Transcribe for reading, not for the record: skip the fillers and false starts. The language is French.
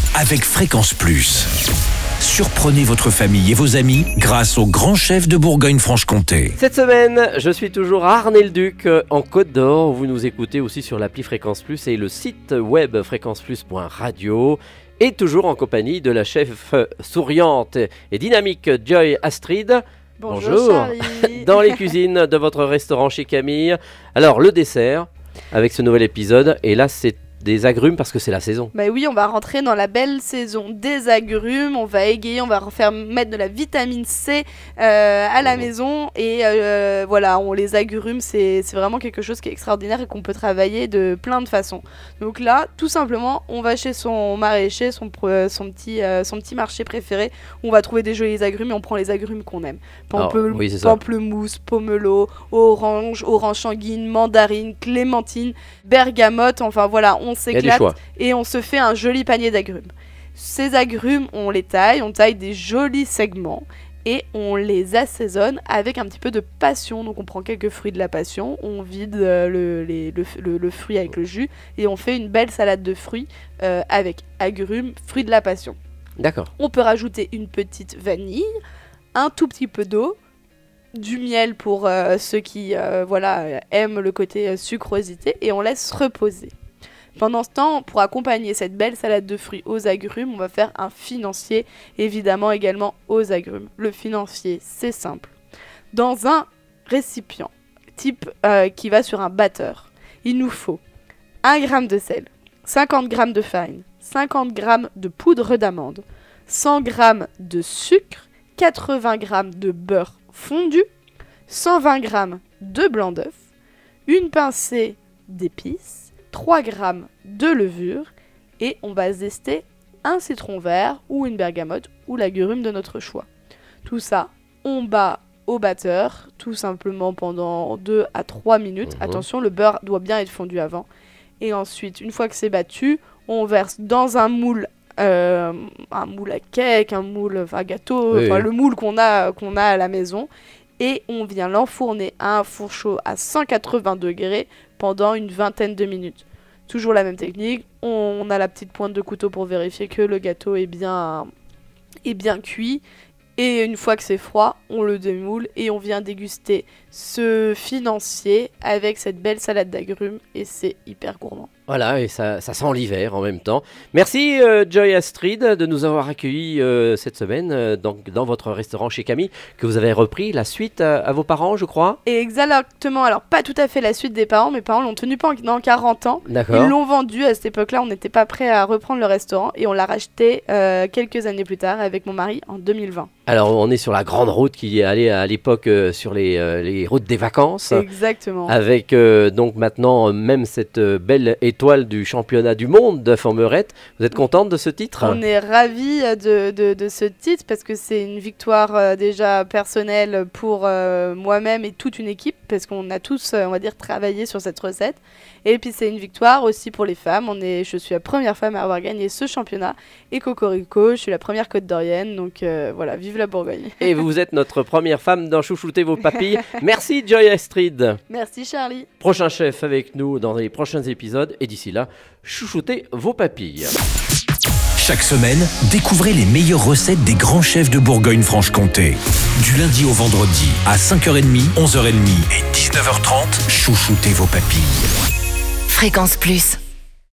avec Fréquence Plus. Surprenez votre famille et vos amis grâce au grand chef de Bourgogne-Franche-Comté. Cette semaine, je suis toujours à Arnay-le-Duc, en Côte d'Or. Vous nous écoutez aussi sur l'appli Fréquence Plus et le site web fréquenceplus.radio. Et toujours en compagnie de la chef souriante et dynamique Joy Astrid. Bonjour Charlie. Dans les cuisines de votre restaurant chez Camille. Alors, le dessert avec ce nouvel épisode. Et là, c'est des agrumes parce que c'est la saison. Bah oui, on va rentrer dans la belle saison des agrumes, on va égayer, on va refaire mettre de la vitamine C à la maison et voilà, les agrumes, c'est vraiment quelque chose qui est extraordinaire et qu'on peut travailler de plein de façons. Donc là, tout simplement, on va chez son maraîcher, son petit marché préféré, où on va trouver des jolis agrumes et on prend les agrumes qu'on aime. Pamplemousse, pomelo, orange sanguine, mandarine, clémentine, bergamote, enfin voilà, on s'éclate et on se fait un joli panier d'agrumes. Ces agrumes, on taille des jolis segments et on les assaisonne avec un petit peu de passion. Donc on prend quelques fruits de la passion, on vide le fruit avec le jus et on fait une belle salade de fruits avec agrumes, fruits de la passion. D'accord. On peut rajouter une petite vanille, un tout petit peu d'eau, du miel pour ceux qui aiment le côté sucrosité et on laisse reposer. Pendant ce temps, pour accompagner cette belle salade de fruits aux agrumes, on va faire un financier, évidemment également aux agrumes. Le financier, c'est simple. Dans un récipient, type qui va sur un batteur, il nous faut 1 g de sel, 50 g de farine, 50 g de poudre d'amande, 100 g de sucre, 80 g de beurre fondu, 120 g de blanc d'œuf, une pincée d'épices, 3 g de levure et on va zester un citron vert ou une bergamote ou l'agrume de notre choix. Tout ça, on bat au batteur tout simplement pendant 2 à 3 minutes. Attention, le beurre doit bien être fondu avant. Et ensuite, une fois que c'est battu, on verse dans un moule à cake, un moule à gâteau, le moule qu'on a à la maison. Et on vient l'enfourner à un four chaud à 180 degrés pendant une vingtaine de minutes. Toujours la même technique, on a la petite pointe de couteau pour vérifier que le gâteau est bien cuit. Et une fois que c'est froid, on le démoule et on vient déguster ce financier avec cette belle salade d'agrumes et c'est hyper gourmand. Voilà, et ça sent l'hiver en même temps. Merci Joy Astrid de nous avoir accueillis cette semaine dans votre restaurant chez Camille, que vous avez repris la suite à vos parents, je crois. Et exactement, alors pas tout à fait la suite des parents, mes parents l'ont tenu pendant 40 ans. D'accord. Ils l'ont vendu à cette époque-là, on n'était pas prêts à reprendre le restaurant et on l'a racheté quelques années plus tard avec mon mari en 2020. Alors on est sur la grande route qui allait à l'époque sur les routes des vacances. Exactement. Avec donc maintenant même cette belle étoile du championnat du monde de Formerette. Vous êtes contente de ce titre ? On est ravis de ce titre parce que c'est une victoire déjà personnelle pour moi-même et toute une équipe parce qu'on a tous, on va dire, travaillé sur cette recette. Et puis c'est une victoire aussi pour les femmes. Je suis la première femme à avoir gagné ce championnat. Et cocorico, je suis la première Côte d'Orienne. Donc voilà, vive la Bourgogne. Et vous êtes notre première femme dans Chouchouter vos papilles. Merci Joy Astrid. Merci Charlie. Prochain chef avec nous dans les prochains épisodes. Et d'ici là, chouchoutez vos papilles. Chaque semaine, découvrez les meilleures recettes des grands chefs de Bourgogne-Franche-Comté. Du lundi au vendredi, à 5h30, 11h30 et 19h30, chouchoutez vos papilles. Fréquence Plus.